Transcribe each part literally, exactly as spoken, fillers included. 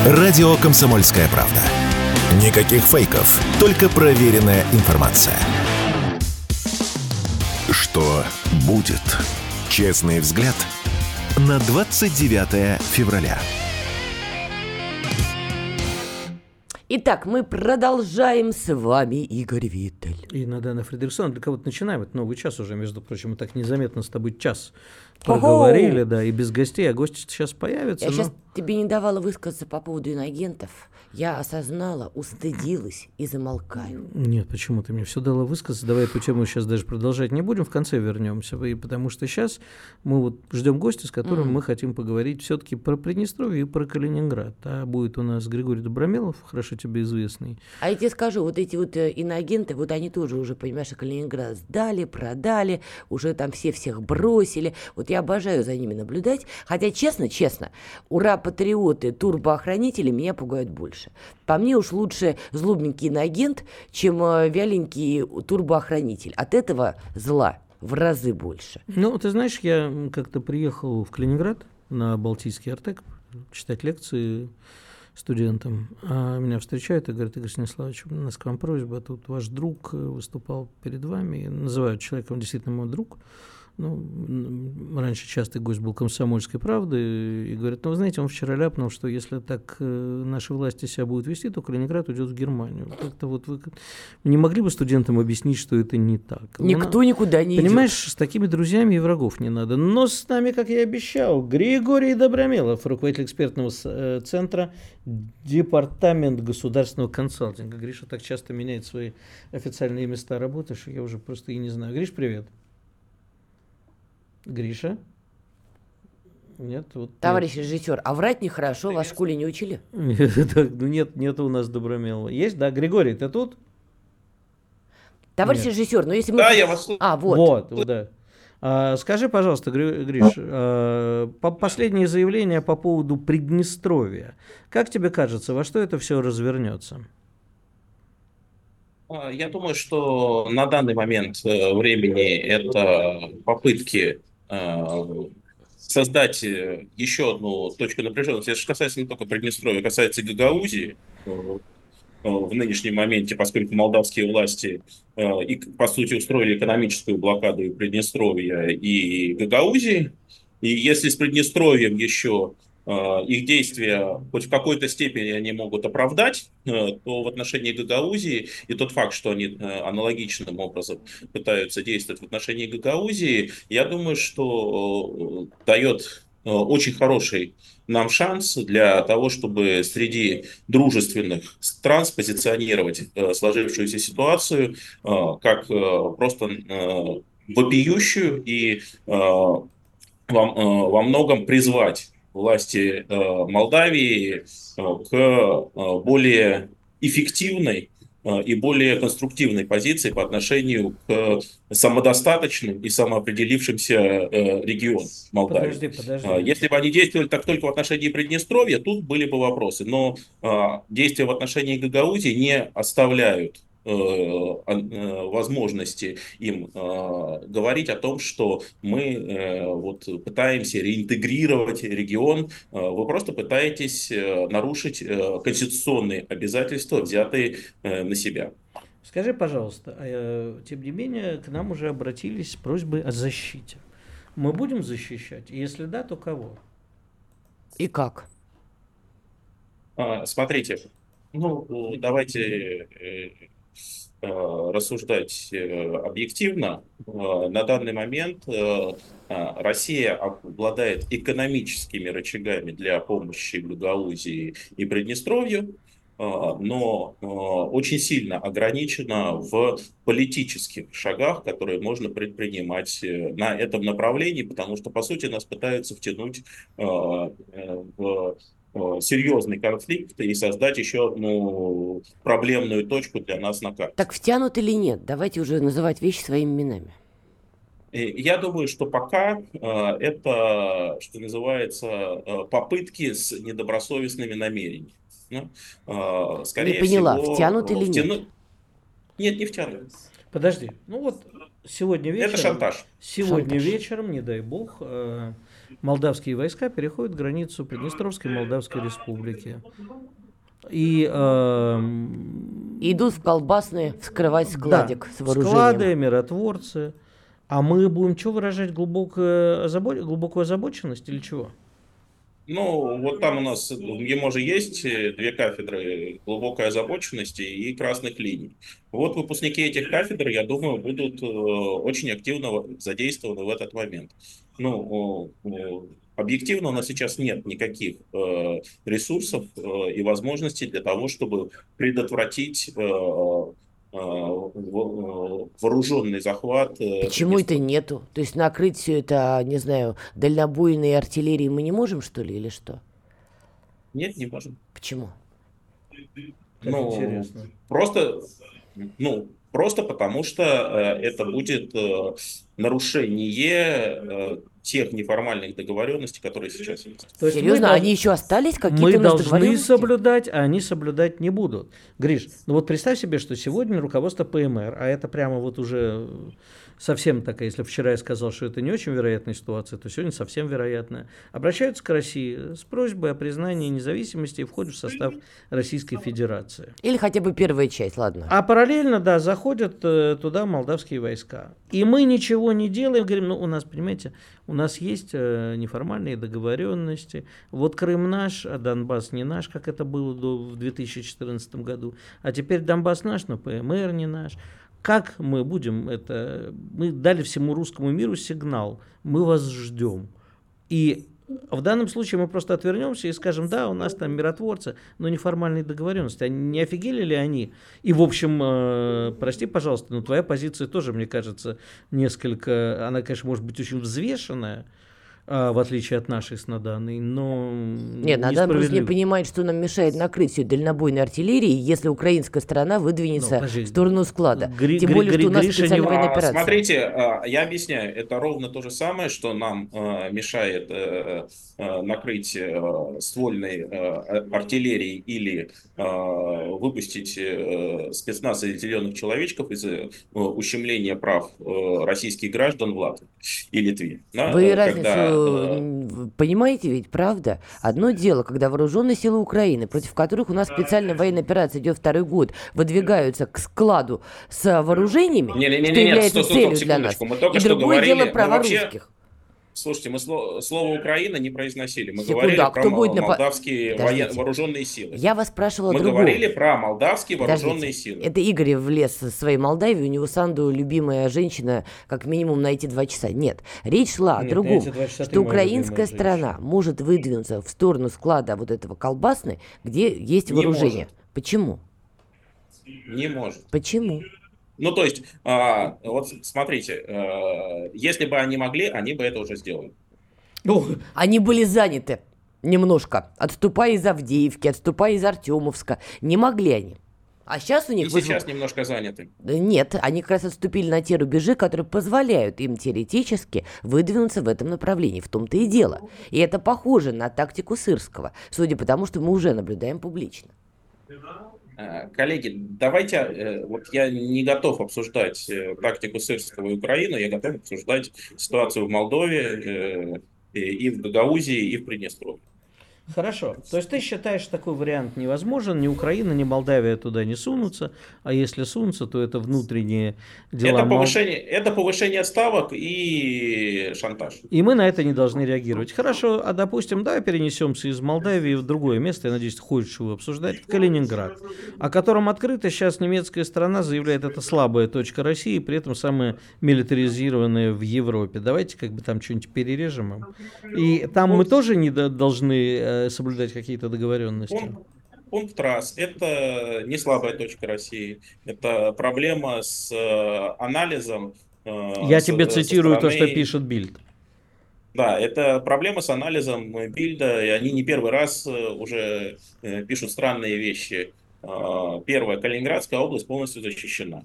Радио «Комсомольская правда». Никаких фейков, только проверенная информация. Что будет? Честный взгляд на двадцать девятое февраля. Итак, мы продолжаем с вами, Игорь Виттель. И Надана Фридрихсон. Для кого-то начинаем. Это новый час уже, между прочим. Мы так незаметно с тобой час проговорили, да, и без гостей. А гости сейчас появятся. Я но... сейчас тебе не давала высказаться по поводу иноагентов. Я осознала, устыдилась и замолкаю. Нет, почему ты мне все дала высказаться? Давай эту тему сейчас даже продолжать не будем. В конце вернемся. И потому что сейчас мы вот ждем гостя, с которым mm. мы хотим поговорить все-таки про Приднестровье и про Калининград. А будет у нас Григорий Добромелов, хорошо тебе известный. А я тебе скажу, вот эти вот иноагенты, вот они тоже уже, понимаешь, Калининград сдали, продали, уже там все всех бросили. Вот я обожаю за ними наблюдать. Хотя, честно, честно, ура-патриоты, турбоохранители меня пугают больше. По мне уж лучше злобненький иноагент, чем вяленький турбоохранитель. От этого зла в разы больше. Ну, ты знаешь, я как-то приехал в Калининград на Балтийский Артек читать лекции студентам, а меня встречают и говорят: Игорь Станиславович, у нас к вам просьба, тут ваш друг выступал перед вами, и называют человеком действительно мой друг. Ну, раньше частый гость был «Комсомольской правды», и говорят: ну, вы знаете, он вчера ляпнул, что если так э, наши власти себя будут вести, то Калининград уйдет в Германию. Как-то вот вы не могли бы студентам объяснить, что это не так? Никто ну, никуда не понимаешь, идет. С такими друзьями и врагов не надо. Но с нами, как я и обещал, Григорий Добромелов, руководитель экспертного э, центра, департамент государственного консалтинга. Гриша так часто меняет свои официальные места работы, что я уже просто и не знаю. Гриш, привет. Гриша? Нет, вот Товарищ нет. режиссер, а врать нехорошо, вас в школе не учили? Нет, нет у нас Добромелова. Есть, да? Григорий, ты тут? Товарищ нет. режиссер, но если мы... Да, я вас слушаю. А, вот. Вот, да. А, скажи, пожалуйста, Гриш, а, по последнее заявление по поводу Приднестровья. Как тебе кажется, во что это все развернется? Я думаю, что на данный момент времени это попытки создать еще одну точку напряженности. Это же касается не только Приднестровья, касается и Гагаузии в нынешнем моменте, поскольку молдавские власти, и, по сути, устроили экономическую блокаду и Приднестровья, и Гагаузии. И если с Приднестровьем еще их действия хоть в какой-то степени они могут оправдать, то в отношении Гагаузии и тот факт, что они аналогичным образом пытаются действовать в отношении Гагаузии, я думаю, что дает очень хороший нам шанс для того, чтобы среди дружественных стран спозиционировать сложившуюся ситуацию как просто вопиющую и во, во многом призвать власти э, Молдавии э, к э, более эффективной э, и более конструктивной позиции по отношению к самодостаточным и самоопределившимся э, регионам Молдавии. Подожди, подожди. Э, если бы они действовали так только в отношении Приднестровья, тут были бы вопросы. Но э, действия в отношении Гагаузии не оставляют возможности им э, говорить о том, что мы э, вот, пытаемся реинтегрировать регион. Вы просто пытаетесь э, нарушить э, конституционные обязательства, взятые э, на себя. Скажи, пожалуйста, э, тем не менее, к нам уже обратились с просьбой о защите. Мы будем защищать? И если да, то кого? И как? А, смотрите, ну, давайте... Э, рассуждать объективно. На данный момент Россия обладает экономическими рычагами для помощи Гагаузии и Приднестровью, но очень сильно ограничена в политических шагах, которые можно предпринимать на этом направлении, потому что, по сути, нас пытаются втянуть в серьезный конфликт и создать еще одну проблемную точку для нас на карте. Так втянут или нет? Давайте уже называть вещи своими именами. Я думаю, что пока э, это, что называется, э, попытки с недобросовестными намерениями. Ну, э, скорее не поняла, всего, втянут или втяну... нет? Нет, не втянут. Подожди, ну вот сегодня вечером... Это шантаж. Сегодня шантаж. вечером, не дай бог... Э... молдавские войска переходят границу Приднестровской Молдавской Республики. И э, идут в колбасные вскрывать складик, да, с вооружением. Склады, миротворцы. А мы будем что выражать, глубокую, озабо... глубокую озабоченность или чего? Ну, вот там у нас в ЕМОЖе есть две кафедры глубокой озабоченности и красных линий. Вот выпускники этих кафедр, я думаю, будут очень активно задействованы в этот момент. Ну, объективно у нас сейчас нет никаких ресурсов и возможностей для того, чтобы предотвратить вооруженный захват. Почему это нету? То есть накрыть все это, не знаю, дальнобойной артиллерией мы не можем, что ли, или что? Нет, не можем. Почему? Ну, интересно. Просто, ну, просто потому что э, это будет э, нарушение э, тех неформальных договоренностей, которые сейчас есть. То есть серьезно, они еще остались какие-то мы должны соблюдать, а они соблюдать не будут. Гриш, ну вот представь себе, что сегодня руководство ПМР, а это прямо вот уже совсем такая, если вчера я сказал, что это не очень вероятная ситуация, то сегодня совсем вероятная, обращаются к России с просьбой о признании независимости и входят в состав Российской Федерации. Или хотя бы первая часть, ладно. А параллельно, да, заходят э, туда молдавские войска. И мы ничего не делаем, говорим, ну у нас, понимаете, у нас есть э, неформальные договоренности, вот Крым наш, а Донбасс не наш, как это было до, в две тысячи четырнадцатом году, а теперь Донбасс наш, но ПМР не наш. Как мы будем это... Мы дали всему русскому миру сигнал. Мы вас ждем. И в данном случае мы просто отвернемся и скажем, да, у нас там миротворцы, но неформальные договоренности. Они, не офигели ли они? И, в общем, э, прости, пожалуйста, но твоя позиция тоже, мне кажется, несколько... Она, конечно, может быть очень взвешенная, в отличие от нашей с Наданой, но нет, Надан просто не понимает, что нам мешает накрыть все дальнобойной артиллерией, если украинская сторона выдвинется ну, в сторону склада. Гри- Тем гри- более, гри- что у нас Гриша специальная не... военная операция. Смотрите, я объясняю, это ровно то же самое, что нам мешает накрыть ствольной артиллерией или выпустить спецназ из зеленых человечков из-за ущемления прав российских граждан в Латвии и Литве. Вы когда, разницу э... понимаете ведь, правда? Одно дело, когда вооруженные силы Украины, против которых у нас специальная военная операция идет второй год, выдвигаются к складу с вооружениями, не, не, не, что не, является нет, стоп, целью стоп, для нас. Мы только И что другое говорили, дело права вообще... русских. Слушайте, мы слово, слово Украина не произносили. Мы Секунду, говорили а про кто будет молдавские напа... воен... вооруженные силы. Я вас спрашивала Мы другое. говорили про молдавские вооруженные Подождите. силы. Это Игорь влез в своей Молдавии, у него Санду любимая женщина, как минимум на эти два часа. Нет, речь шла Нет, о другом, моя что украинская сторона женщина. может выдвинуться в сторону склада вот этого колбасной, где есть Не вооружение. может. Почему? Не может. Почему? Ну, то есть, а, вот смотрите, а, если бы они могли, они бы это уже сделали. Они были заняты немножко, отступая из Авдеевки, отступая из Артемовска. Не могли они. А сейчас у них... И вызв... сейчас немножко заняты. Нет, они как раз отступили на те рубежи, которые позволяют им теоретически выдвинуться в этом направлении. В том-то и дело. И это похоже на тактику Сырского, судя по тому, что мы уже наблюдаем публично. Коллеги, давайте, вот я не готов обсуждать тактику Сырского и Украины, я готов обсуждать ситуацию в Молдове, и в Гагаузии, и в Приднестровье. Хорошо. То есть ты считаешь, что такой вариант невозможен, ни Украина, ни Молдавия туда не сунутся, а если сунутся, то это внутренние дела. Это повышение, это повышение ставок и шантаж. И мы на это не должны реагировать. Хорошо, а допустим, давай перенесемся из Молдавии в другое место, я надеюсь, ты хочешь его обсуждать, в Калининград, о котором открыто сейчас немецкая сторона заявляет, это слабая точка России, при этом самая милитаризированная в Европе. Давайте как бы там что-нибудь перережем им. И там мы тоже не должны соблюдать какие-то договоренности. Пункт, пункт раз. Это не слабая точка России. Это проблема с э, анализом. Э, Я с, тебе цитирую стороны... то, что пишет Бильд. Да, это проблема с анализом Бильда, и они не первый раз уже э, пишут странные вещи. Э, первое. Калининградская область полностью защищена.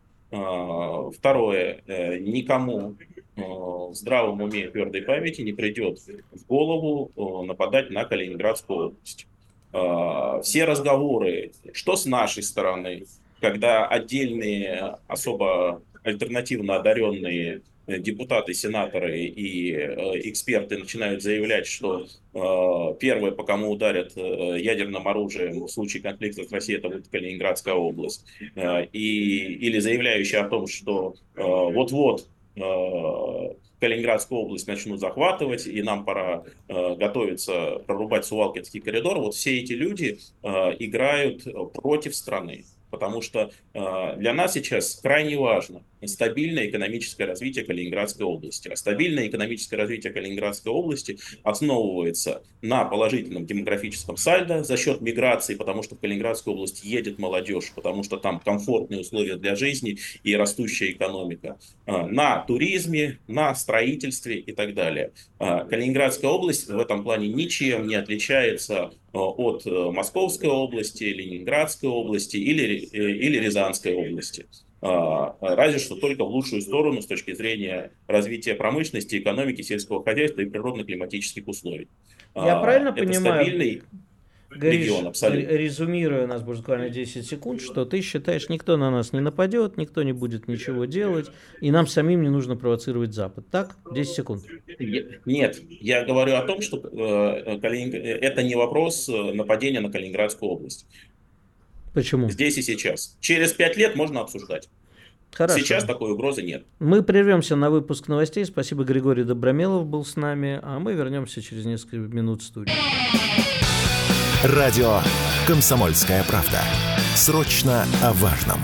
Э, второе. Э, никому в здравом уме и твердой памяти не придет в голову нападать на Калининградскую область. Все разговоры, что с нашей стороны, когда отдельные особо альтернативно одаренные депутаты, сенаторы и эксперты начинают заявлять, что первое, по кому ударят ядерным оружием в случае конфликта с Россией, это будет Калининградская область. И, или заявляющие о том, что вот-вот Калининградскую область начнут захватывать, и нам пора э, готовиться прорубать Сувалкинский коридор. Вот все эти люди э, играют против страны, потому что э, для нас сейчас крайне важно стабильное экономическое развитие Калининградской области. А стабильное экономическое развитие Калининградской области основывается на положительном демографическом сальдо за счет миграции, потому что в Калининградскую область едет молодежь, потому что там комфортные условия для жизни и растущая экономика, на туризме, на строительстве и так далее. Калининградская область в этом плане ничем не отличается от Московской области, Ленинградской области или, или Рязанской области. Разве что только в лучшую сторону с точки зрения развития промышленности, экономики, сельского хозяйства и природно-климатических условий. Я правильно Это понимаю, стабильный говоришь, регион, абсолютно. Резюмируя, у нас буквально десять секунд, что ты считаешь, никто на нас не нападет, никто не будет ничего делать, и нам самим не нужно провоцировать Запад. Так? десять секунд. Нет, я говорю о том, что э, Калининг... это не вопрос нападения на Калининградскую область. Почему? Здесь и сейчас. Через пять лет можно обсуждать. Хорошо. Сейчас такой угрозы нет. Мы прервемся на выпуск новостей. Спасибо, Григорий Добромелов был с нами, а мы вернемся через несколько минут в студию. Радио «Комсомольская правда». Срочно о важном.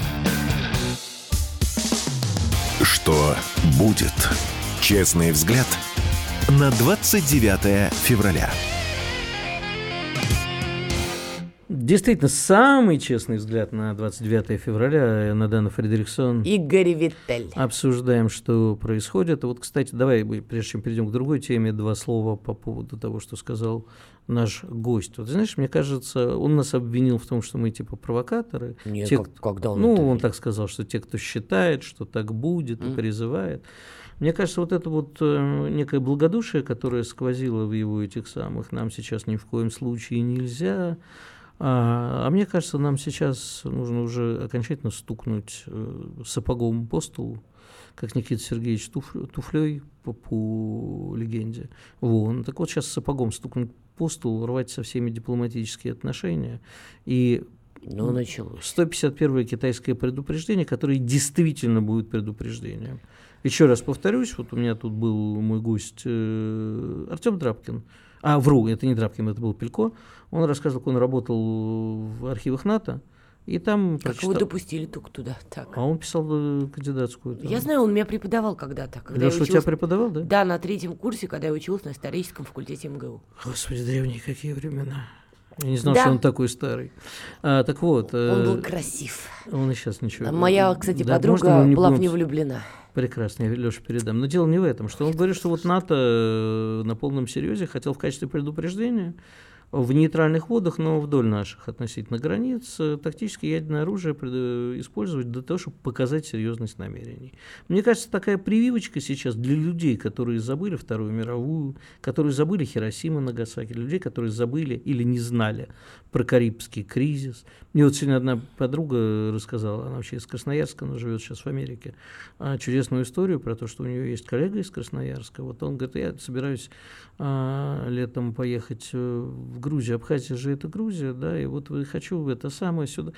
Что будет? Честный взгляд на двадцать девятое февраля. Действительно, самый честный взгляд на двадцать девятое февраля. Надана Фридрихсон. Игорь Виттель. Обсуждаем, что происходит. Вот, кстати, давай, прежде чем перейдем к другой теме, два слова по поводу того, что сказал наш гость. Вот, знаешь, мне кажется, он нас обвинил в том, что мы типа провокаторы. Нет, те, как, когда он Ну, это он видел? так сказал, что те, кто считает, что так будет, Mm. и призывает. Мне кажется, вот это вот э, некое благодушие, которое сквозило в его этих самых, нам сейчас ни в коем случае нельзя. А, а мне кажется, нам сейчас нужно уже окончательно стукнуть э, сапогом по столу, как Никита Сергеевич туф, туфлей по, по легенде. Вон. Так вот сейчас сапогом стукнуть по столу, рвать со всеми дипломатические отношения. И Ну, началось. сто пятьдесят первое китайское предупреждение, которое действительно будет предупреждением. Еще раз повторюсь, вот у меня тут был мой гость э, Артем Драбкин. А, вру, это не Драбкин, это был Пелько. Он рассказывал, как он работал в архивах НАТО, и там Как прочитал... его допустили только туда? Так. А он писал э, кандидатскую. Там. Я знаю, он меня преподавал когда-то. Когда Леша, я у тебя училась... преподавал, да? Да, на третьем курсе, когда я училась на историческом факультете МГУ. Господи, древние какие времена. Я не знал, Да. что он такой старый. А, так вот. Он э, был красив. Он и сейчас ничего. Моя, кстати, Да, подруга можно мы не была в будем- него влюблена. Прекрасно, я Леша передам. Но дело не в этом, что он говорит, что вот НАТО э, на полном серьезе хотел в качестве предупреждения в нейтральных водах, но вдоль наших относительно границ, э, тактическое ядерное оружие пред- э, использовать для того, чтобы показать серьезность намерений. Мне кажется, такая прививочка сейчас для людей, которые забыли Вторую мировую, которые забыли Хиросиму, Нагасаки, для людей, которые забыли или не знали про Карибский кризис. Мне вот сегодня одна подруга рассказала, она вообще из Красноярска, она живет сейчас в Америке, а, чудесную историю про то, что у нее есть коллега из Красноярска. Вот он говорит, я собираюсь а, летом поехать в Грузию, Абхазия же это Грузия, да, и вот хочу это самое сюда.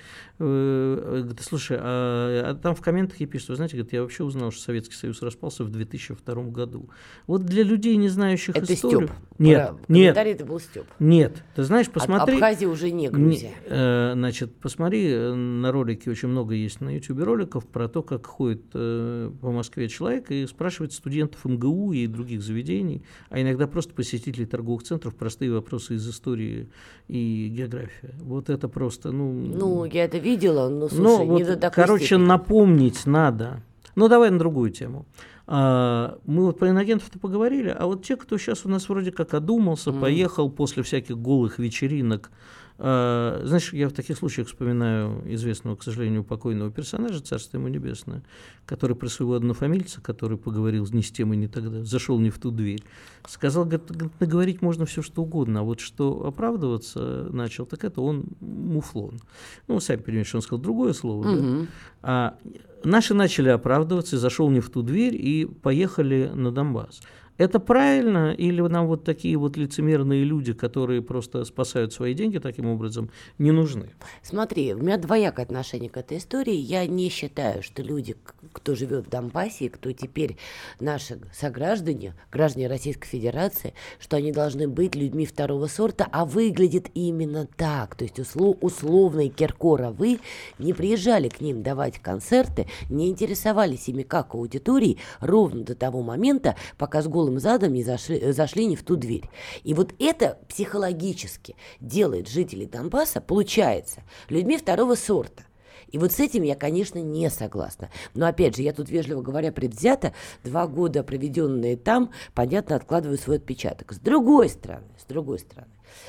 Э, говорит, слушай, а, а там в комментах ей пишут, вы знаете, говорит, я вообще узнал, что Советский Союз распался в две тысячи втором году. Вот для людей, не знающих Это историю... Стёп. Нет, Про- нет, комментарий это был Стёп. нет. Ты знаешь, посмотри... Абхазия уже не Грузия. Не, э, значит, посмотри, э, на ролике очень много есть на ютубе роликов про то, как ходит э, по Москве человек и спрашивает студентов МГУ и других заведений, а иногда просто посетителей торговых центров простые вопросы из истории и географии. Вот это просто, ну... Ну, я это видела, но, слушай, ну, не вот, до такой короче, степени. напомнить надо. Ну, давай на другую тему. А, мы вот про инагентов-то поговорили, а вот те, кто сейчас у нас вроде как одумался, Мгм. поехал после всяких голых вечеринок А, знаешь, я в таких случаях вспоминаю известного, к сожалению, покойного персонажа, царство ему небесное, который про своего однофамильца, который поговорил не с тем и не тогда, зашел не в ту дверь, сказал, говорит, наговорить можно все что угодно, а вот что оправдываться начал, так это он муфлон. Ну, сами понимаете, что он сказал другое слово. Mm-hmm. Да? А наши начали оправдываться, зашел не в ту дверь и поехали на Донбасс. Это правильно, или нам вот такие вот лицемерные люди, которые просто спасают свои деньги таким образом, не нужны? Смотри, у меня двоякое отношение к этой истории. Я не считаю, что люди, кто живет в Донбассе, кто теперь наши сограждане, граждане Российской Федерации, что они должны быть людьми второго сорта, а выглядит именно так. То есть услов, условные Киркоровы не приезжали к ним давать концерты, не интересовались ими как аудиторией ровно до того момента, пока с голым задом не зашли, зашли не в ту дверь. И вот это психологически делает жителей Донбасса, получается, людьми второго сорта. И вот с этим я, конечно, не согласна. Но, опять же, я тут, вежливо говоря, предвзято, два года, проведенные там, понятно, откладываю свой отпечаток. С другой стороны, с другой стороны,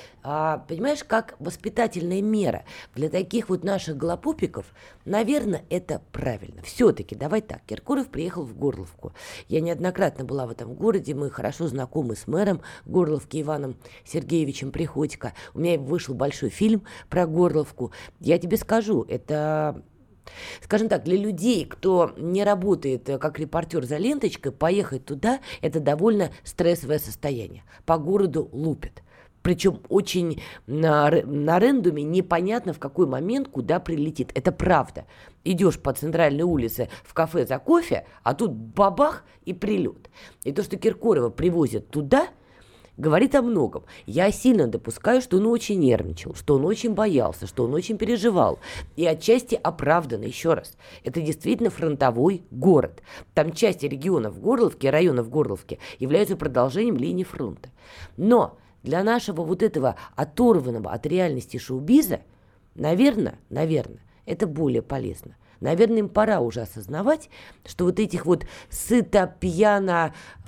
А, понимаешь, как воспитательная мера для таких вот наших голопупиков, наверное, это правильно. Все-таки, давай так, Киркоров приехал в Горловку. Я неоднократно была в этом городе, мы хорошо знакомы с мэром Горловки Иваном Сергеевичем Приходько. У меня вышел большой фильм про Горловку. Я тебе скажу, это... Скажем так, для людей, кто не работает как репортер за ленточкой, поехать туда – это довольно стрессовое состояние. По городу лупят. Причем очень на, на рендуме непонятно, в какой момент куда прилетит. Это правда. Идешь по центральной улице в кафе за кофе, а тут бабах и прилет. И то, что Киркорова привозят туда, говорит о многом. Я сильно допускаю, что он очень нервничал, что он очень боялся, что он очень переживал. И отчасти оправданно, еще раз. Это действительно фронтовой город. Там части регионов Горловки, районов Горловки являются продолжением линии фронта. Но для нашего вот этого оторванного от реальности шоу-биза, наверное, наверное, это более полезно. Наверное, им пора уже осознавать, что вот этих вот сыто-пьяно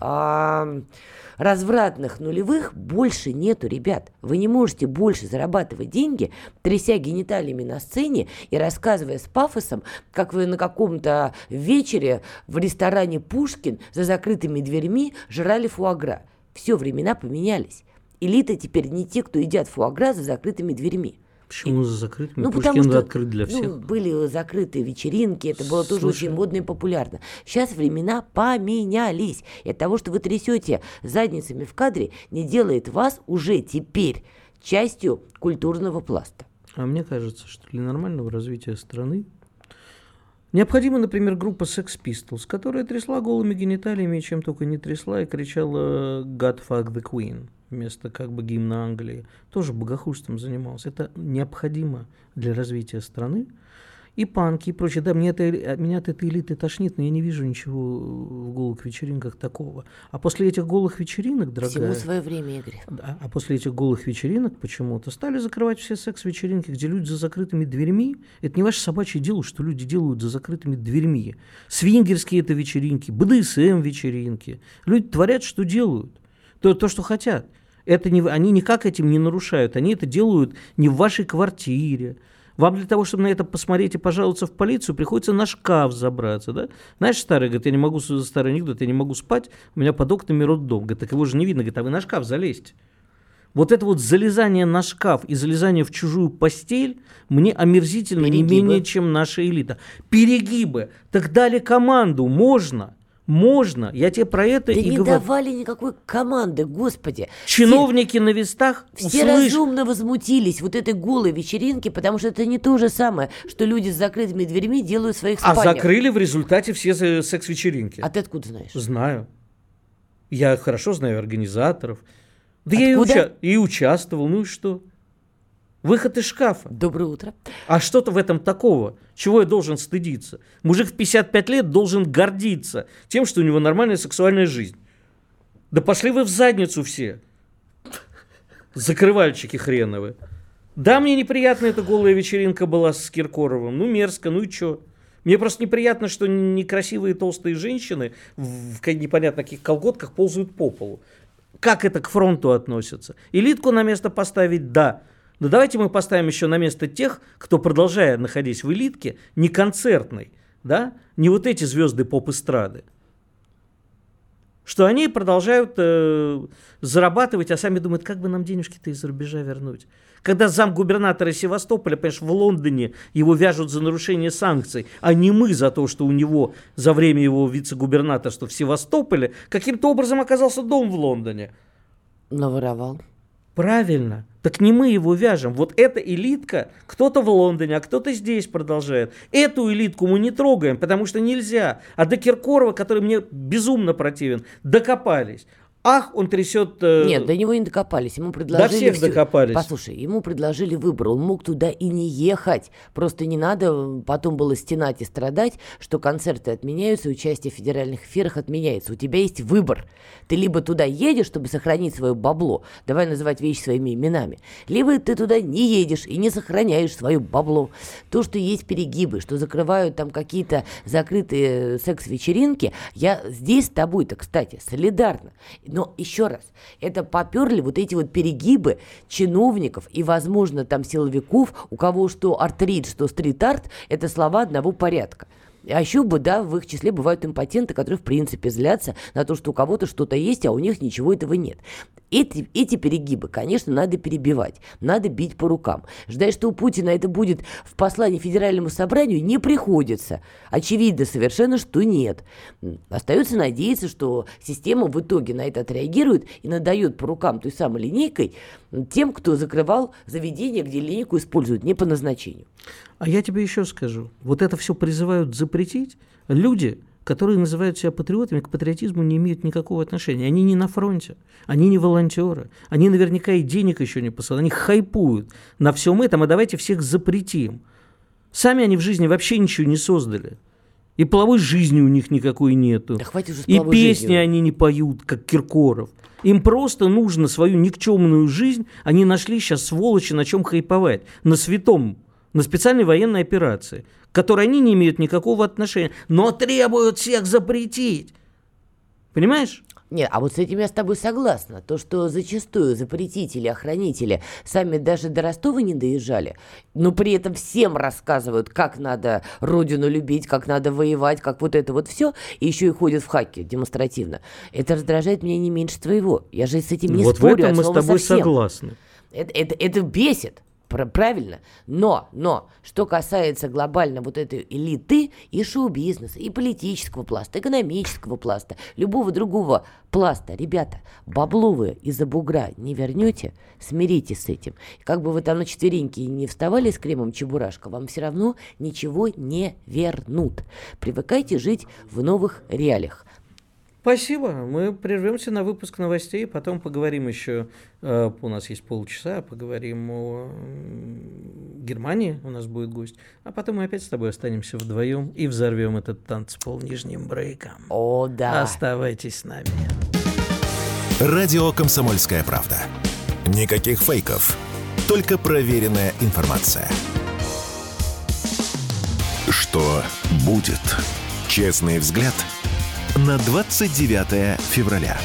э, развратных нулевых больше нету, ребят. Вы не можете больше зарабатывать деньги, тряся гениталиями на сцене и рассказывая с пафосом, как вы на каком-то вечере в ресторане «Пушкин» за закрытыми дверьми жрали фуагра. Все, времена поменялись. Элита теперь не те, кто едят фуагра за закрытыми дверьми. Почему за закрытыми? Ну, Пушкин потому что, открыт для всех. Ну, были закрытые вечеринки, это было тоже Слушай. очень модно и популярно. Сейчас времена поменялись. И от того, что вы трясете задницами в кадре, не делает вас уже теперь частью культурного пласта. А мне кажется, что для нормального развития страны необходима, например, группа Sex Pistols, которая трясла голыми гениталиями, чем только не трясла, и кричала «God fuck the Queen» вместо как бы гимна Англии. Тоже богохульством занимался. Это необходимо для развития страны. И панки, и прочее. Да, мне это, меня от этой элиты тошнит, но я не вижу ничего в голых вечеринках такого. А после этих голых вечеринок, дорогая... Всему свое время, Игорь. Да, а после этих голых вечеринок почему-то стали закрывать все секс-вечеринки, где люди за закрытыми дверьми. Это не ваше собачье дело, что люди делают за закрытыми дверьми. Свингерские это вечеринки, бэ дэ эс эм-вечеринки. Люди творят, что делают. То, то что хотят. Это не, они никак этим не нарушают. Они это делают не в вашей квартире. Вам для того, чтобы на это посмотреть и пожаловаться в полицию, приходится на шкаф забраться, да? Знаешь, старый, говорит, я не могу, старый анекдот, я не могу спать, у меня под окнами роддом. Говорит, так его же не видно, говорит, а вы на шкаф залезьте. Вот это вот залезание на шкаф и залезание в чужую постель мне омерзительно Перегибы. не менее, чем наша элита. Перегибы. Так дали команду, можно. Можно, я тебе про это да и не говорю. давали никакой команды, господи. Чиновники все, на местах Все услыш... разумно возмутились вот этой голой вечеринке, потому что это не то же самое, что люди с закрытыми дверьми делают в своих а спальнях. А закрыли в результате все секс-вечеринки. А ты откуда знаешь? Знаю. Я хорошо знаю организаторов. Да я и, уча... и участвовал, ну и что? Выход из шкафа. Доброе утро. А что-то в этом такого? Чего я должен стыдиться? Мужик в пятьдесят пять лет должен гордиться тем, что у него нормальная сексуальная жизнь. Да пошли вы в задницу все. Закрывальщики хреновы. Да, мне неприятно эта голая вечеринка была с Киркоровым. Ну, мерзко, ну и чё? Мне просто неприятно, что некрасивые толстые женщины в непонятно каких колготках ползают по полу. Как это к фронту относится? Элитку на место поставить – да. Но давайте мы поставим еще на место тех, кто, продолжая находясь в элитке, не концертной, да, не вот эти звезды поп-эстрады, что они продолжают э, зарабатывать, а сами думают, как бы нам денежки-то из-за рубежа вернуть. Когда замгубернатора Севастополя, понимаешь, в Лондоне его вяжут за нарушение санкций, а не мы за то, что у него за время его вице-губернаторства в Севастополе каким-то образом оказался дом в Лондоне. Наворовал. Правильно. Так не мы его вяжем. Вот эта элитка, кто-то в Лондоне, а кто-то здесь продолжает. Эту элитку мы не трогаем, потому что нельзя. А до Киркорова, который мне безумно противен, докопались. Ах, он трясет... Э... Нет, до него не докопались. Ему предложили... До всех всё. докопались. Послушай, ему предложили выбор. Он мог туда и не ехать. Просто не надо потом было стенать и страдать, что концерты отменяются, участие в федеральных эфирах отменяется. У тебя есть выбор. Ты либо туда едешь, чтобы сохранить свое бабло. Давай называть вещи своими именами. Либо ты туда не едешь и не сохраняешь свое бабло. То, что есть перегибы, что закрывают там какие-то закрытые секс-вечеринки, я здесь с тобой-то, кстати, солидарна. Но еще раз, это поперли вот эти вот перегибы чиновников и, возможно, там силовиков, у кого что арт-рид, что стрит-арт, это слова одного порядка. А еще бы, да, в их числе бывают импотенты, которые в принципе злятся на то, что у кого-то что-то есть, а у них ничего этого нет. Эти, эти перегибы, конечно, надо перебивать, надо бить по рукам. Ждать, что у Путина это будет в послании Федеральному собранию, не приходится. Очевидно совершенно, что нет. Остается надеяться, что система в итоге на это отреагирует и надает по рукам той самой линейкой тем, кто закрывал заведения, где линейку используют не по назначению. А я тебе еще скажу. Вот это все призывают запретить люди, которые называют себя патриотами, к патриотизму не имеют никакого отношения. Они не на фронте, они не волонтеры, они наверняка и денег еще не посылают, они хайпуют на всем этом, а давайте всех запретим. Сами они в жизни вообще ничего не создали. И половой жизни у них никакой нету. Да хватит уже с и половой песни жизнью. они не поют, как Киркоров. Им просто нужно свою никчемную жизнь, они нашли сейчас, сволочи, на чем хайповать. На святом, на специальной военной операции, к которой они не имеют никакого отношения, но требуют всех запретить. Понимаешь? Нет, а вот с этим я с тобой согласна. То, что зачастую запретители, охранители сами даже до Ростова не доезжали, но при этом всем рассказывают, как надо родину любить, как надо воевать, как вот это вот все, и еще и ходят в хаки демонстративно. Это раздражает меня не меньше твоего. Я же с этим не вот спорю. Вот в этом мы с тобой совсем. согласны. Это, это, это бесит. Правильно, но, но, что касается глобально вот этой элиты и шоу-бизнеса, и политического пласта, экономического пласта, любого другого пласта, ребята, бабло вы из-за бугра не вернете, смиритесь с этим. Как бы вы там на четвереньки не вставали с кремом Чебурашка, вам все равно ничего не вернут. Привыкайте жить в новых реалиях. Спасибо. Мы прервемся на выпуск новостей, потом поговорим еще, э, у нас есть полчаса, поговорим о Германии, у нас будет гость, а потом мы опять с тобой останемся вдвоем и взорвем этот танцпол нижним брейком. О, да. Оставайтесь с нами. Радио «Комсомольская правда». Никаких фейков, только проверенная информация. Что будет? Честный взгляд на двадцать девятое февраля.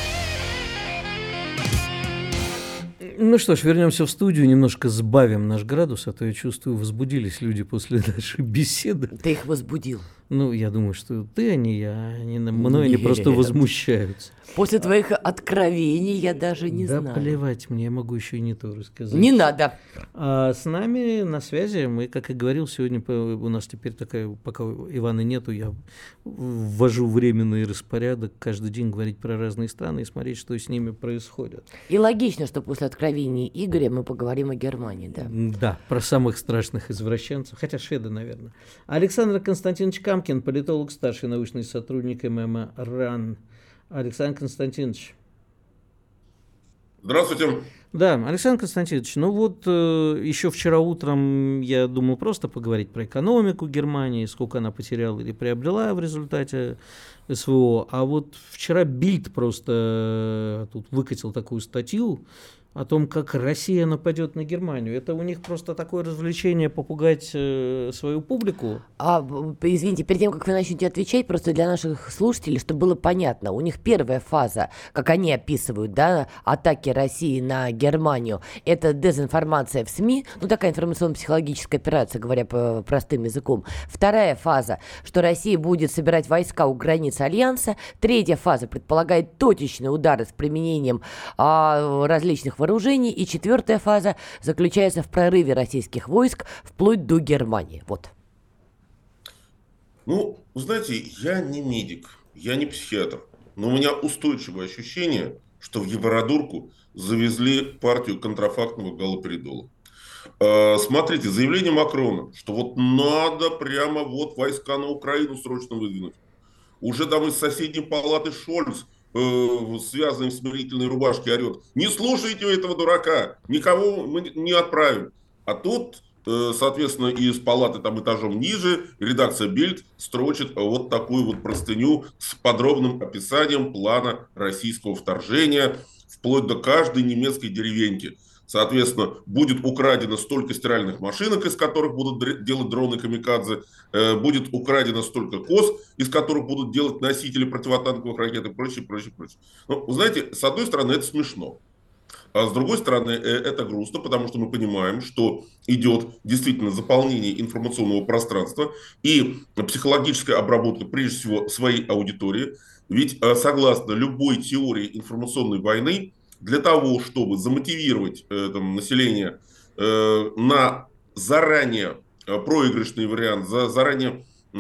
Ну что ж, вернемся в студию, немножко сбавим наш градус, а то я чувствую, возбудились люди после нашей беседы. Ты их возбудил. Ну, я думаю, что ты, а не я, они мной, они просто возмущаются. После твоих откровений я даже не да знаю. Да плевать мне, я могу еще и не то рассказать. Не надо. А с нами на связи, мы, как и говорил, сегодня у нас теперь такая, пока Ивана нету, я ввожу временный распорядок, каждый день говорить про разные страны и смотреть, что с ними происходит. И логично, что после откровений Игоря мы поговорим о Германии, да? Да, про самых страшных извращенцев, хотя шведы, наверное. Александр Константинович Камкин, политолог, старший научный сотрудник эм эм а РАН. Александр Константинович. Здравствуйте. Да, Александр Константинович, ну вот э, еще вчера утром я думал просто поговорить про экономику Германии, сколько она потеряла или приобрела в результате эс вэ о, а вот вчера Бильд просто э, тут выкатил такую статью, о том, как Россия нападет на Германию. Это у них просто такое развлечение попугать э, свою публику. А, извините, перед тем, как вы начнете отвечать, просто для наших слушателей, чтобы было понятно, у них первая фаза, как они описывают, да, атаки России на Германию, это дезинформация в СМИ, ну такая информационно-психологическая операция, говоря по простым языком. Вторая фаза, что Россия будет собирать войска у границ Альянса. Третья фаза предполагает точечные удары с применением а, различных вооружений. И четвертая фаза заключается в прорыве российских войск вплоть до Германии. Вот. Ну, знаете, я не медик, я не психиатр, но у меня устойчивое ощущение, что в Евродурку завезли партию контрафактного галоперидола. Э, смотрите, заявление Макрона, что вот надо прямо вот войска на Украину срочно выдвинуть. Уже там из соседней палаты Шольц, э, связанный в смирительной рубашке, орет: не слушайте этого дурака, никого мы не отправим. А тут, э, соответственно, из палаты там этажом ниже редакция Бильд строчит вот такую вот простыню с подробным описанием плана российского вторжения вплоть до каждой немецкой деревеньки. Соответственно, будет украдено столько стиральных машинок, из которых будут делать дроны камикадзе, будет украдено столько коз, из которых будут делать носители противотанковых ракет и прочее, прочее, прочее. Ну, вы знаете, с одной стороны, это смешно. А с другой стороны, это грустно, потому что мы понимаем, что идет действительно заполнение информационного пространства и психологическая обработка, прежде всего, своей аудитории. Ведь, согласно любой теории информационной войны, для того, чтобы замотивировать э, там, население э, на заранее э, проигрышный вариант, за, заранее э,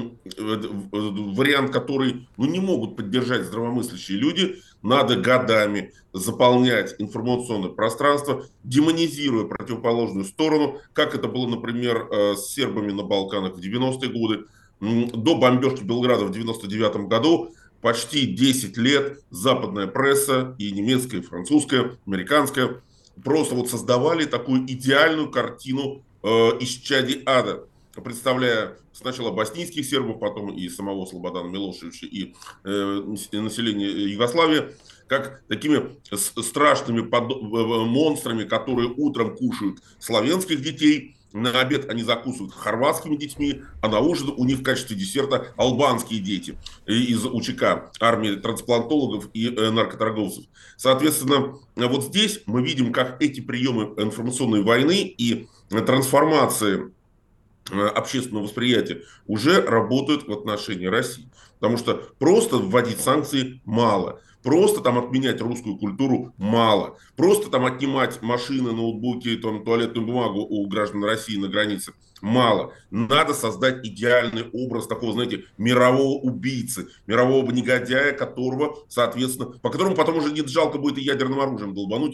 э, вариант, который ну, не могут поддержать здравомыслящие люди, надо годами заполнять информационное пространство, демонизируя противоположную сторону, как это было, например, э, с сербами на Балканах в девяностые годы, э, до бомбежки Белграда в девяносто девятом году. Почти десять лет западная пресса, и немецкая, и французская, американская, просто вот создавали такую идеальную картину э, исчадий ада, представляя сначала боснийских сербов, потом и самого Слободана Милошевича, и э, население Югославии, как такими страшными под... монстрами, которые утром кушают славянских детей, на обед они закусывают хорватскими детьми, а на ужин у них в качестве десерта албанские дети из УЧК, армии трансплантологов и наркоторговцев. Соответственно, вот здесь мы видим, как эти приемы информационной войны и трансформации общественного восприятия уже работают в отношении России. Потому что просто вводить санкции мало. Просто там отменять русскую культуру мало. Просто там отнимать машины, ноутбуки, там, туалетную бумагу у граждан России на границе мало. Надо создать идеальный образ такого, знаете, мирового убийцы, мирового негодяя, которого, соответственно, по которому потом уже не жалко будет и ядерным оружием долбануть.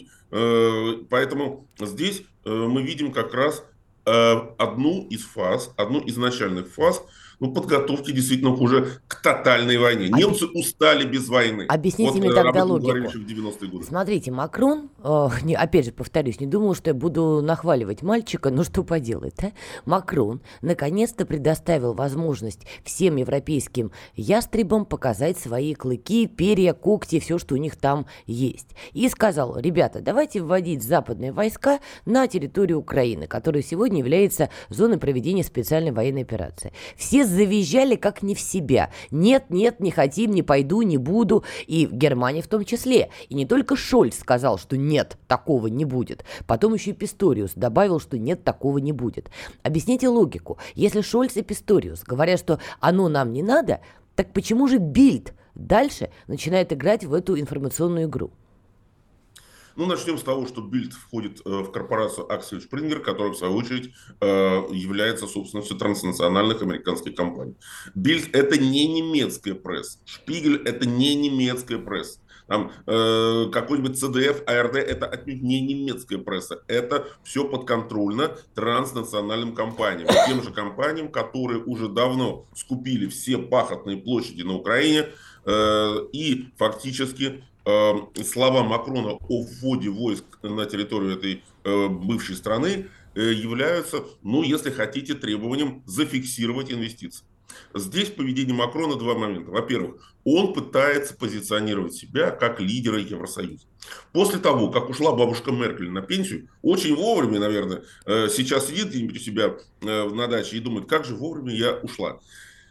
Поэтому здесь мы видим как раз одну из фаз, одну из начальных фаз, ну, подготовки действительно уже к тотальной войне. Немцы Объ... устали без войны. Объясните вот, мне тогда логику. В девяностые годы. Смотрите, Макрон, э, не, опять же повторюсь, не думал, что я буду нахваливать мальчика, но что поделать, да? Макрон наконец-то предоставил возможность всем европейским ястребам показать свои клыки, перья, когти, все, что у них там есть. И сказал: ребята, давайте вводить западные войска на территорию Украины, которая сегодня является зоной проведения специальной военной операции. Все завизжали как не в себя. Нет, нет, не хотим, не пойду, не буду. И в Германии в том числе. И не только Шольц сказал, что нет, такого не будет. Потом еще и Писториус добавил, что нет, такого не будет. Объясните логику. Если Шольц и Писториус говорят, что оно нам не надо, так почему же Бильд дальше начинает играть в эту информационную игру? Ну, начнем с того, что Бильд входит э, в корпорацию Аксель Шпрингер, которая, в свою очередь, э, является собственностью транснациональных американских компаний. Бильд – это не немецкая пресса. Шпигель – это не немецкая пресса. Там, э, какой-нибудь Цэ Дэ Эф, А Эр Дэ – это отнюдь не немецкая пресса. Это все подконтрольно транснациональным компаниям. Тем же компаниям, которые уже давно скупили все пахотные площади на Украине э, и фактически слова Макрона о вводе войск на территорию этой э, бывшей страны э, являются, ну, если хотите, требованием зафиксировать инвестиции. Здесь в поведении Макрона два момента. Во-первых, он пытается позиционировать себя как лидера Евросоюза. После того, как ушла бабушка Меркель на пенсию, очень вовремя, наверное, сейчас сидит где-нибудь у себя на даче и думает, как же вовремя я ушла.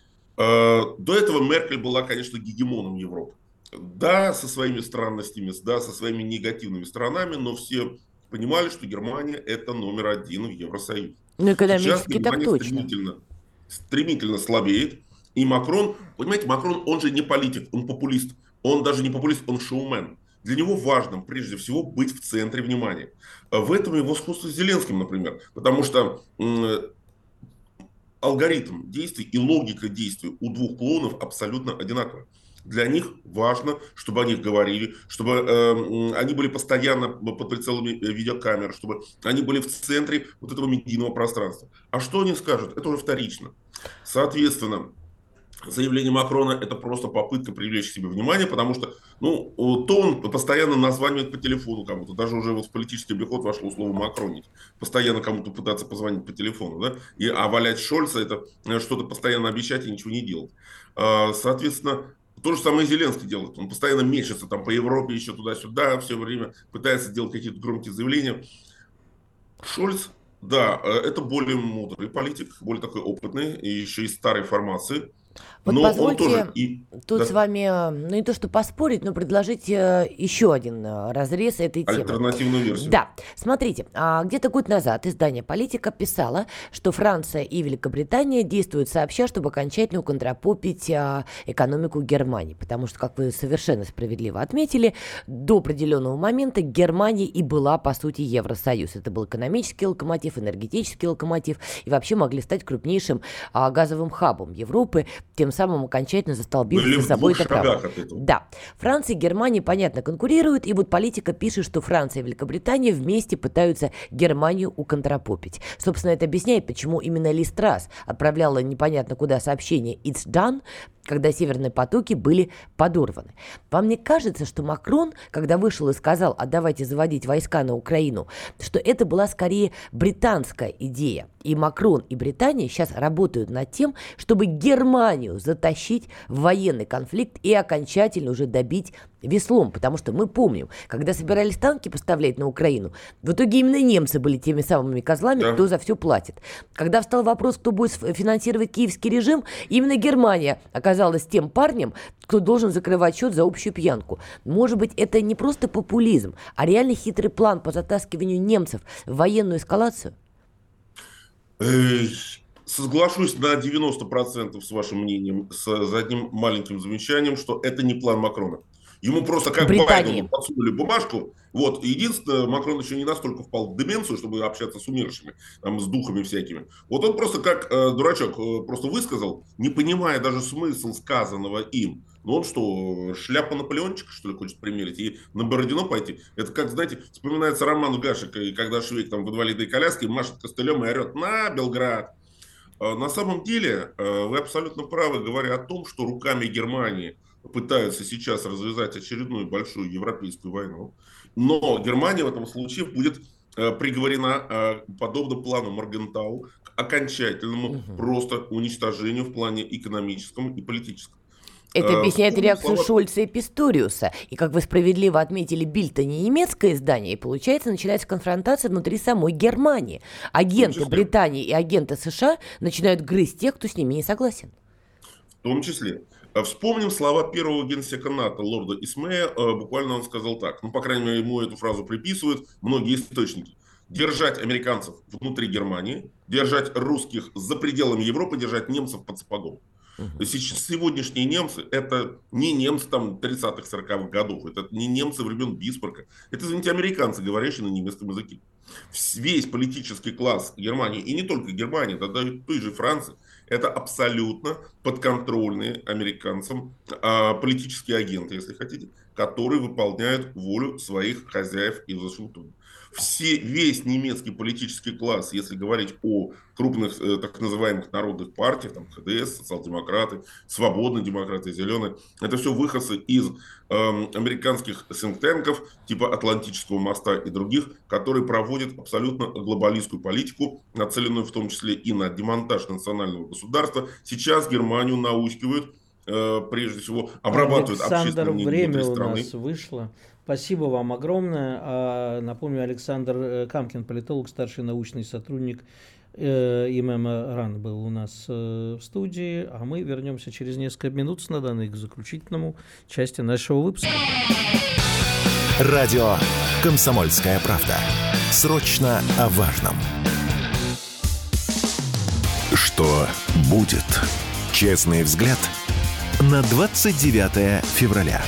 До этого Меркель была, конечно, гегемоном Европы. Да, со своими странностями, да, со своими негативными сторонами, но все понимали, что Германия это номер один в Евросоюзе. Ну, Сейчас экономически так Германия точно. стремительно, стремительно слабеет. И Макрон, понимаете, Макрон, он же не политик, он популист. Он даже не популист, он шоумен. Для него важно, прежде всего, быть в центре внимания. В этом его сходство с Зеленским, например. Потому что м- алгоритм действий и логика действий у двух клоунов абсолютно одинаковы. Для них важно, чтобы о них говорили, чтобы э, они были постоянно под прицелами видеокамер, чтобы они были в центре вот этого медийного пространства. А что они скажут? Это уже вторично. Соответственно, заявление Макрона это просто попытка привлечь к себе внимание, потому что ну, то он постоянно названивает по телефону кому-то. Даже уже вот в политический обиход вошло слово «макронить». Постоянно кому-то пытаться позвонить по телефону. Да? И, а валять Шольца это что-то постоянно обещать и ничего не делать. Соответственно, то же самое Зеленский делает. Он постоянно мечется там по Европе, еще туда-сюда, все время пытается делать какие-то громкие заявления. Шольц, да, это более мудрый политик, более такой опытный, и еще из старой формации. Вот но позвольте он тоже и... тут да. с вами, ну не то что поспорить, но предложить э, еще один э, разрез этой темы. Альтернативную версию. Да, смотрите, а, где-то год назад издание «Политика» писало, что Франция и Великобритания действуют сообща, чтобы окончательно уконтропопить а, экономику Германии. Потому что, как вы совершенно справедливо отметили, до определенного момента Германия и была, по сути, Евросоюз. Это был экономический локомотив, энергетический локомотив, и вообще могли стать крупнейшим а, газовым хабом Европы, тем самым окончательно застолбив за собой это право. Да. Франция и Германия, понятно, конкурируют, и вот «Политика» пишет, что Франция и Великобритания вместе пытаются Германию уконтропопить. Собственно, это объясняет, почему именно Ли Страс отправляла непонятно куда сообщение «It's done», когда северные потоки были подорваны. Вам не кажется, что Макрон, когда вышел и сказал, а давайте заводить войска на Украину, что это была скорее британская идея? И Макрон, и Британия сейчас работают над тем, чтобы Германию затащить в военный конфликт и окончательно уже добить веслом. Потому что мы помним, когда собирались танки поставлять на Украину, в итоге именно немцы были теми самыми козлами, да. кто за все платит. Когда встал вопрос, кто будет финансировать киевский режим, именно Германия оказалась тем парнем, кто должен закрывать счет за общую пьянку. Может быть, это не просто популизм, а реально хитрый план по затаскиванию немцев в военную эскалацию? Эй, соглашусь на девяносто процентов с вашим мнением, с, с одним маленьким замечанием, что это не план Макрона. Ему просто как Байдену подсунули бумажку. Вот, единственное, Макрон еще не настолько впал в деменцию, чтобы общаться с умершими, там, с духами всякими. Вот он просто как э, дурачок э, просто высказал, не понимая даже смысл сказанного им. Ну он что, шляпа Наполеончика, что ли, хочет примерить и на Бородино пойти? Это как, знаете, вспоминается роман Гашека, и когда Швейк там в инвалидной коляске машет костылем и орет «На, Белград!». На самом деле, вы абсолютно правы, говоря о том, что руками Германии пытаются сейчас развязать очередную большую европейскую войну. Но Германия в этом случае будет приговорена, подобно плану Моргентау, к окончательному угу. просто уничтожению в плане экономическом и политическом. Это объясняет а, реакцию слова... Шольца и Писториуса. И, как вы справедливо отметили, Бильд не немецкое издание, и, получается, начинается конфронтация внутри самой Германии. Агенты Британии и агенты США начинают грызть тех, кто с ними не согласен. В том числе. Вспомним слова первого генсека НАТО, лорда Исмея. Буквально он сказал так. Ну, по крайней мере, ему эту фразу приписывают многие источники. Держать американцев внутри Германии, держать русских за пределами Европы, держать немцев под сапогом. Uh-huh. Сейчас сегодняшние немцы, это не немцы там тридцатых-сороковых годов, это не немцы времен Бисмарка, это, извините, американцы, говорящие на немецком языке. Весь политический класс Германии, и не только Германии, да, даже той же Франции, это абсолютно подконтрольные американцам а, политические агенты, если хотите, которые выполняют волю своих хозяев из Вашингтона. Все, весь немецкий политический класс, если говорить о крупных э, так называемых народных партиях, там ха дэ эс, социал-демократы, свободные демократы, зеленые, это все выходцы из э, американских синктенков типа Атлантического моста и других, которые проводят абсолютно глобалистскую политику, нацеленную в том числе и на демонтаж национального государства. Сейчас Германию наускивают, э, прежде всего, обрабатывают общественное мнение внутри страны. Время у нас вышло. Спасибо вам огромное. А, напомню, Александр Камкин, политолог, старший научный сотрудник э, эм эм РАН был у нас э, в студии, а мы вернемся через несколько минут с Наданой к заключительному части нашего выпуска. Радио «Комсомольская правда». Срочно о важном. Что будет? Честный взгляд на двадцать девятое февраля.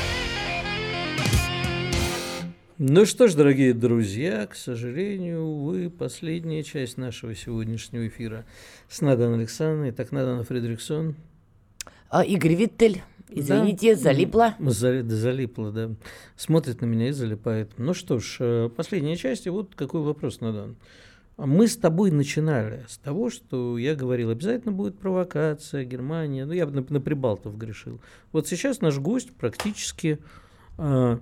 Ну что ж, дорогие друзья, к сожалению, увы, последняя часть нашего сегодняшнего эфира с Наданой Александровной. Так, Надана Фридрихсон. А, Игорь Виттель, извините, да. залипла. За, залипла, да. Смотрит на меня и залипает. Ну что ж, последняя часть, и вот какой вопрос, Надан. Мы с тобой начинали с того, что я говорил, обязательно будет провокация, Германия, ну я бы на, на Прибалтов грешил. Вот сейчас наш гость практически... А,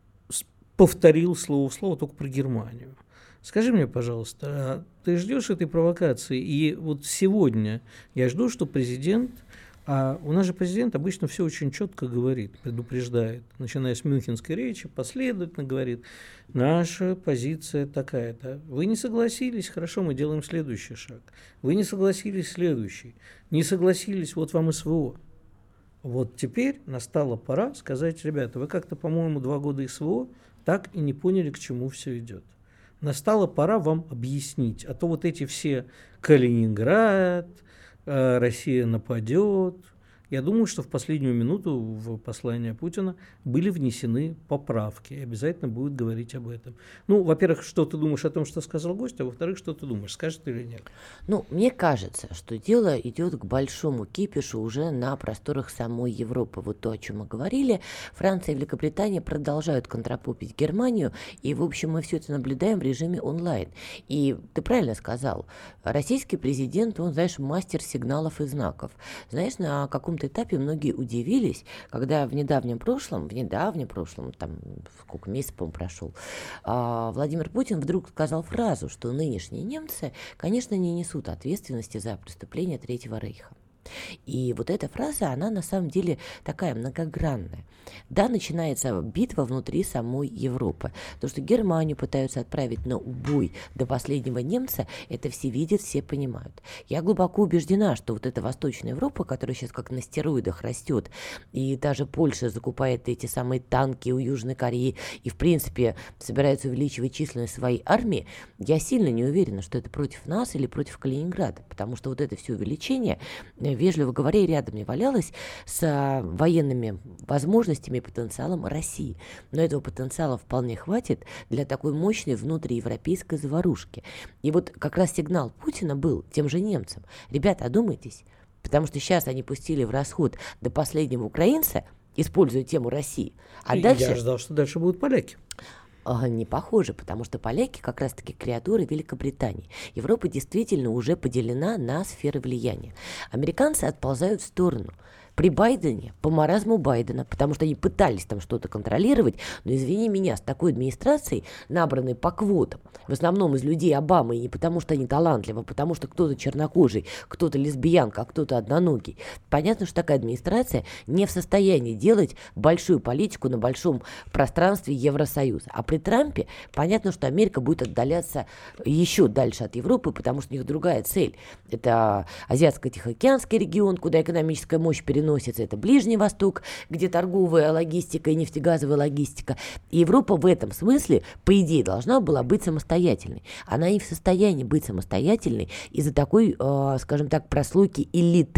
повторил слово в слово только про Германию. Скажи мне, пожалуйста, а ты ждешь этой провокации? И вот сегодня я жду, что президент, а у нас же президент обычно все очень четко говорит, предупреждает, начиная с мюнхенской речи, последовательно говорит, наша позиция такая-то. Вы не согласились, хорошо, мы делаем следующий шаг. Вы не согласились, следующий. Не согласились, вот вам эс вэ о. Вот теперь настала пора сказать, ребята, вы как-то, по-моему, два года эс вэ о так и не поняли, к чему все идет. Настала пора вам объяснить, а то вот эти все Калининград, Россия нападет. Я думаю, что в последнюю минуту в послание Путина были внесены поправки. И обязательно будет говорить об этом. Ну, во-первых, что ты думаешь о том, что сказал гость, а во-вторых, что ты думаешь, скажет или нет? Ну, мне кажется, что дело идет к большому кипишу уже на просторах самой Европы. Вот то, о чем мы говорили. Франция и Великобритания продолжают контрапопить Германию, и, в общем, мы все это наблюдаем в режиме онлайн. И ты правильно сказал, российский президент, он, знаешь, мастер сигналов и знаков. Знаешь, на каком этапе многие удивились, когда в недавнем прошлом, в недавнем прошлом, там сколько месяцев, по-моему, прошел, а, Владимир Путин вдруг сказал фразу, что нынешние немцы, конечно, не несут ответственности за преступления Третьего Рейха. И вот эта фраза, она на самом деле такая многогранная. Да, начинается битва внутри самой Европы. То, что Германию пытаются отправить на убой до последнего немца, это все видят, все понимают. Я глубоко убеждена, что вот эта Восточная Европа, которая сейчас как на стероидах растет, и даже Польша закупает эти самые танки у Южной Кореи, и в принципе собирается увеличивать численность своей армии, я сильно не уверена, что это против нас или против Калининграда, потому что вот это все увеличение, вежливо говоря, рядом не валялось с а, военными возможностями и потенциалом России. Но этого потенциала вполне хватит для такой мощной внутриевропейской заварушки. И вот как раз сигнал Путина был тем же немцам. Ребята, одумайтесь, потому что сейчас они пустили в расход до последнего украинца, используя тему России. А и дальше... Я ожидал, что дальше будут поляки. Не похоже, потому что поляки как раз-таки креатуры Великобритании. Европа действительно уже поделена на сферы влияния. Американцы отползают в сторону. При Байдене, по маразму Байдена, потому что они пытались там что-то контролировать, но, извини меня, с такой администрацией, набранной по квотам, в основном из людей Обамы, и не потому что они талантливы, а потому что кто-то чернокожий, кто-то лесбиянка, а кто-то одноногий. Понятно, что такая администрация не в состоянии делать большую политику на большом пространстве Евросоюза. А при Трампе понятно, что Америка будет отдаляться еще дальше от Европы, потому что у них другая цель. Это Азиатско-Тихоокеанский регион, куда экономическая мощь переносится. Это Ближний Восток, где торговая логистика и нефтегазовая логистика. И Европа в этом смысле, по идее, должна была быть самостоятельной. Она не в состоянии быть самостоятельной из-за такой, э, скажем так, прослойки элиты.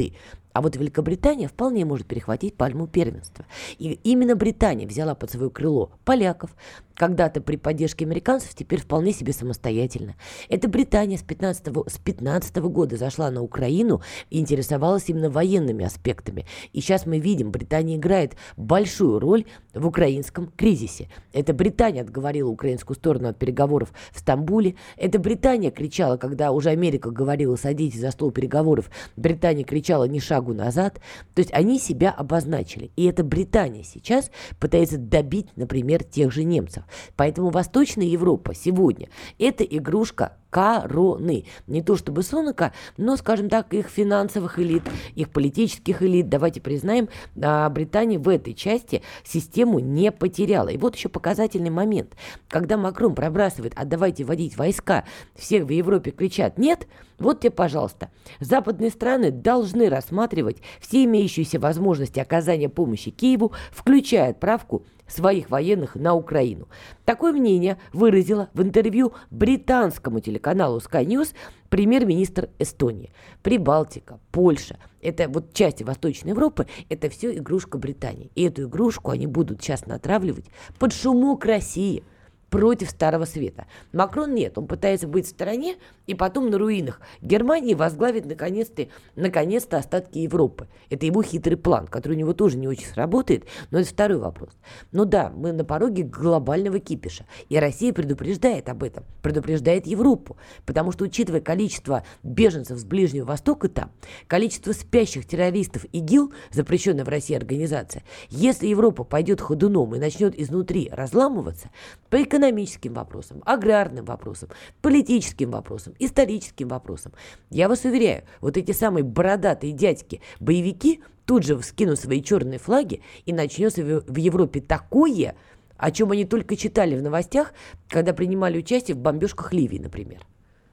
А вот Великобритания вполне может перехватить пальму первенства. И именно Британия взяла под свое крыло поляков, когда-то при поддержке американцев, теперь вполне себе самостоятельно. Это Британия с пятнадцатого, с пятнадцатого года зашла на Украину и интересовалась именно военными аспектами. И сейчас мы видим, Британия играет большую роль в украинском кризисе. Это Британия отговорила украинскую сторону от переговоров в Стамбуле. Это Британия кричала, когда уже Америка говорила: садитесь за стол переговоров. Британия кричала: ни шагу назад. То есть они себя обозначили. И это Британия сейчас пытается добить, например, тех же немцев. Поэтому Восточная Европа сегодня – это игрушка короны. Не то чтобы Сунака, но, скажем так, их финансовых элит, их политических элит. Давайте признаем, Британия в этой части систему не потеряла. И вот еще показательный момент. Когда Макрон пробрасывает: а давайте вводить войска, все в Европе кричат: нет, вот тебе, пожалуйста. Западные страны должны рассматривать все имеющиеся возможности оказания помощи Киеву, включая отправку своих военных на Украину. Такое мнение выразила в интервью британскому телеканалу Sky News премьер-министр Эстонии. Прибалтика, Польша, это вот части Восточной Европы, это все игрушка Британии. И эту игрушку они будут сейчас натравливать под шумок России против Старого Света. Макрон нет, он пытается быть в стороне и потом на руинах Германии возглавит наконец-то, наконец-то остатки Европы. Это его хитрый план, который у него тоже не очень сработает, но это второй вопрос. Ну да, мы на пороге глобального кипиша, и Россия предупреждает об этом, предупреждает Европу, потому что, учитывая количество беженцев с Ближнего Востока там, количество спящих террористов ИГИЛ, запрещенная в России организация, если Европа пойдет ходуном и начнет изнутри разламываться, по экономическим экономическим вопросам, аграрным вопросам, политическим вопросам, историческим вопросам. Я вас уверяю, вот эти самые бородатые дядьки, боевики, тут же вскинут свои черные флаги, и начнется в Европе такое, о чем они только читали в новостях, когда принимали участие в бомбежках Ливии, например.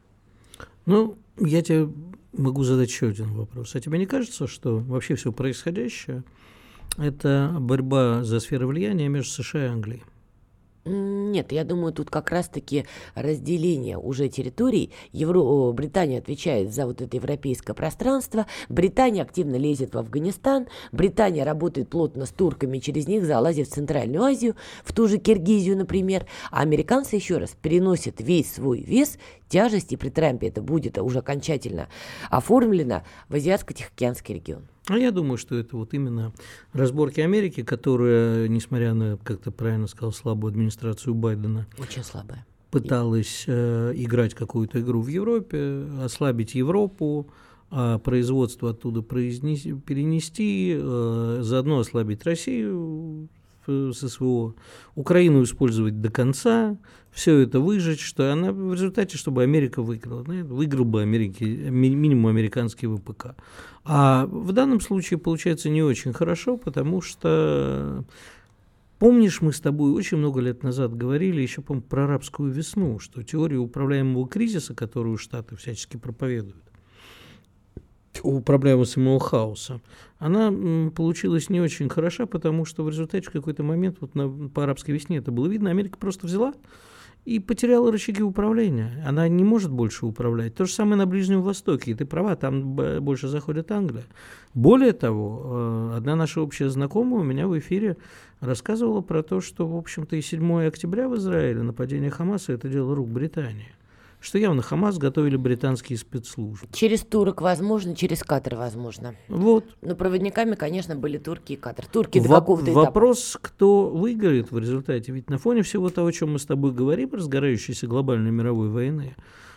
Ну, я тебе могу задать еще один вопрос. А тебе не кажется, что вообще все происходящее – это борьба за сферу влияния между США и Англией? Нет, я думаю, тут как раз-таки разделение уже территорий. Евро... Британия отвечает за вот это европейское пространство, Британия активно лезет в Афганистан, Британия работает плотно с турками, через них залазит в Центральную Азию, в ту же Киргизию, например, а американцы, еще раз, переносят весь свой вес, тяжесть, и при Трампе это будет уже окончательно оформлено в Азиатско-Тихоокеанский регион. А я думаю, что это вот именно разборки Америки, которая, несмотря на, как ты правильно сказал, слабую администрацию Байдена, очень слабая, пыталась э, играть какую-то игру в Европе, ослабить Европу, а производство оттуда произнести, перенести, э, заодно ослабить Россию в ССВО, Украину использовать до конца, все это выжечь, что она в результате, чтобы Америка выиграла. Выиграл бы Америки, минимум американский ВПК. А в данном случае получается не очень хорошо, потому что, помнишь, мы с тобой очень много лет назад говорили, еще, по-моему, про арабскую весну, что теория управляемого кризиса, которую Штаты всячески проповедуют, управляемого самого хаоса, она м, получилась не очень хороша, потому что в результате в какой-то момент, вот на, по арабской весне это было видно, Америка просто взяла и потеряла рычаги управления. Она не может больше управлять. То же самое на Ближнем Востоке. И ты права, там больше заходит Англия. Более того, одна наша общая знакомая у меня в эфире рассказывала про то, что, в общем-то, и седьмого октября в Израиле, нападение Хамаса, это дело рук Британии. Что явно Хамас готовили британские спецслужбы. Через турок возможно, через Катар возможно. Вот. Но проводниками, конечно, были турки и Катар. Турки до Во- какого-то этапа. Вопрос, кто выиграет в результате. Ведь на фоне всего того, о чем мы с тобой говорим, разгорающейся глобальной мировой войны,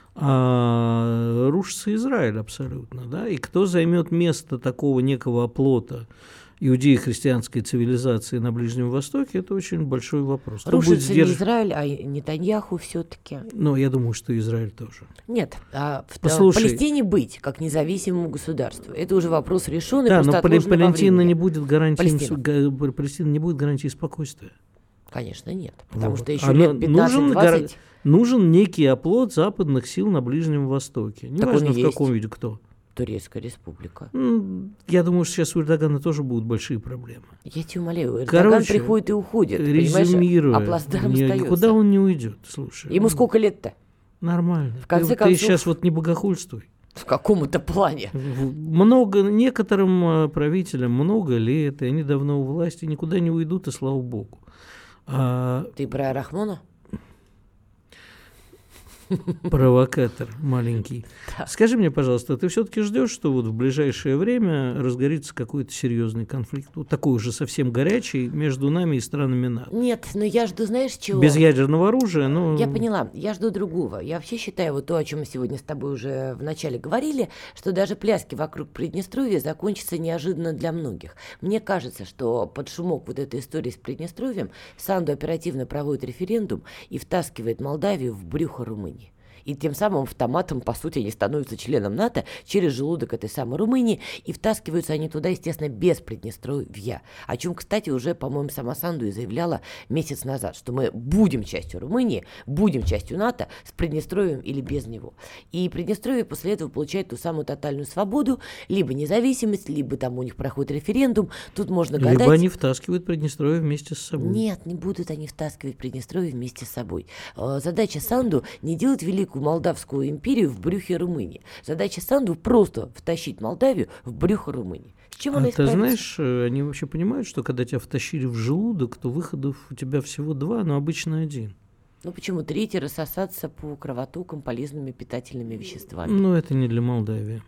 а, рушится Израиль абсолютно. Да? И кто займет место такого некого оплота иудео-христианской цивилизации на Ближнем Востоке, это очень большой вопрос. Рушится сдерж... не Израиль, а Нетаньяху все-таки. Но я думаю, что Израиль тоже. Нет, а в Послушай, Палестине быть как независимому государству. Это уже вопрос решенный, да, просто но отложен во Палестина времени. не будет гарантии, Палестина. Палестина не будет гарантии спокойствия. Конечно, нет. Потому Вот. что еще А лет пятнадцать-двадцать... Нужен, нужен некий оплот западных сил на Ближнем Востоке. Неважно, в есть. каком виде кто. Турецкая республика. Я думаю, что сейчас у Эрдогана тоже будут большие проблемы. Я тебя умоляю, Эрдоган Короче, приходит и уходит, резюмируя, понимаешь, а плацдарм не- остается. никуда он не уйдет. Слушай, Ему ну, сколько лет-то? нормально. В конце ты, концов- ты сейчас вот не богохульствуй. В каком-то плане. Много, некоторым правителям много лет, и они давно у власти, никуда не уйдут, и слава богу. А... Ты про Рахмона? Провокатор маленький. Да. Скажи мне, пожалуйста, ты все-таки ждешь, что вот в ближайшее время разгорится какой-то серьезный конфликт, вот такой уже совсем горячий, между нами и странами НАТО? Нет, но я жду, знаешь, чего? Без ядерного оружия, но... Я поняла, я жду другого. Я вообще считаю, вот то, о чем мы сегодня с тобой уже вначале говорили, что даже пляски вокруг Приднестровья закончатся неожиданно для многих. Мне кажется, что под шумок вот этой истории с Приднестровьем Санду оперативно проводит референдум и втаскивает Молдавию в брюхо Румынии. И тем самым автоматом, по сути, они становятся членом НАТО через желудок этой самой Румынии, и втаскиваются они туда, естественно, без Приднестровья. О чем, кстати, уже, по-моему, сама Санду и заявляла месяц назад, что мы будем частью Румынии, будем частью НАТО с Приднестровьем или без него. И Приднестровье после этого получает ту самую тотальную свободу, либо независимость, либо там у них проходит референдум. Тут можно гадать. Либо они втаскивают Приднестровье вместе с собой. Нет, не будут они втаскивать Приднестровье вместе с собой. Задача Санду не делать великую Молдавскую империю в брюхе Румынии. Задача Санду просто втащить Молдавию в брюхо Румынии. С чем она а ты исправится? знаешь, они вообще понимают, что когда тебя втащили в желудок, то выходов у тебя всего два, но обычно один. Ну почему? Третий рассосаться по кровотокам полезными питательными веществами. Ну это не для Молдавии.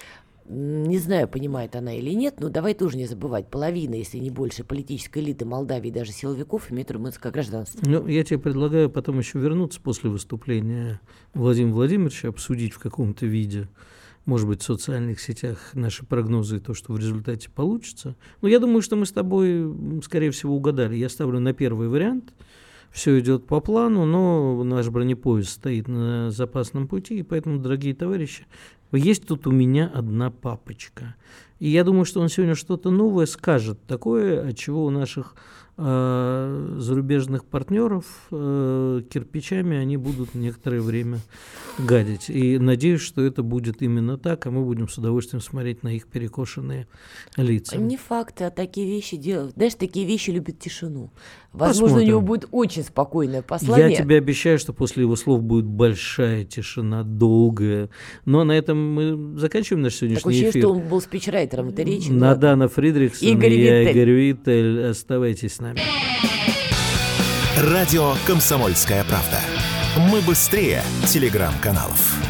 Не знаю, понимает она или нет, но давай тоже не забывать, половина, если не больше, политической элиты Молдавии, даже силовиков, имеет румынское гражданство. Ну, я тебе предлагаю потом еще вернуться после выступления Владимира Владимировича, обсудить в каком-то виде, может быть, в социальных сетях наши прогнозы и то, что в результате получится. Но я думаю, что мы с тобой, скорее всего, угадали. Я ставлю на первый вариант. Все идет по плану, но наш бронепоезд стоит на запасном пути, и поэтому, дорогие товарищи, есть тут у меня одна папочка. И я думаю, что он сегодня что-то новое скажет, такое, от чего у наших э, зарубежных партнеров э, кирпичами они будут некоторое время гадить. И надеюсь, что это будет именно так, а мы будем с удовольствием смотреть на их перекошенные лица. Не факт, а такие вещи делают. Знаешь, такие вещи любят тишину. Возможно, Посмотрим. у него будет очень спокойное послание. Я тебе обещаю, что после его слов будет большая тишина, долгая. Но на этом мы заканчиваем наш сегодняшний Такое ощущение, эфир. что он был спичрайтером этой речи. Надана Фридрихсон, Игорь я Виттель. Игорь Виттель. Оставайтесь с нами. Радио «Комсомольская правда». Мы быстрее телеграм-каналов.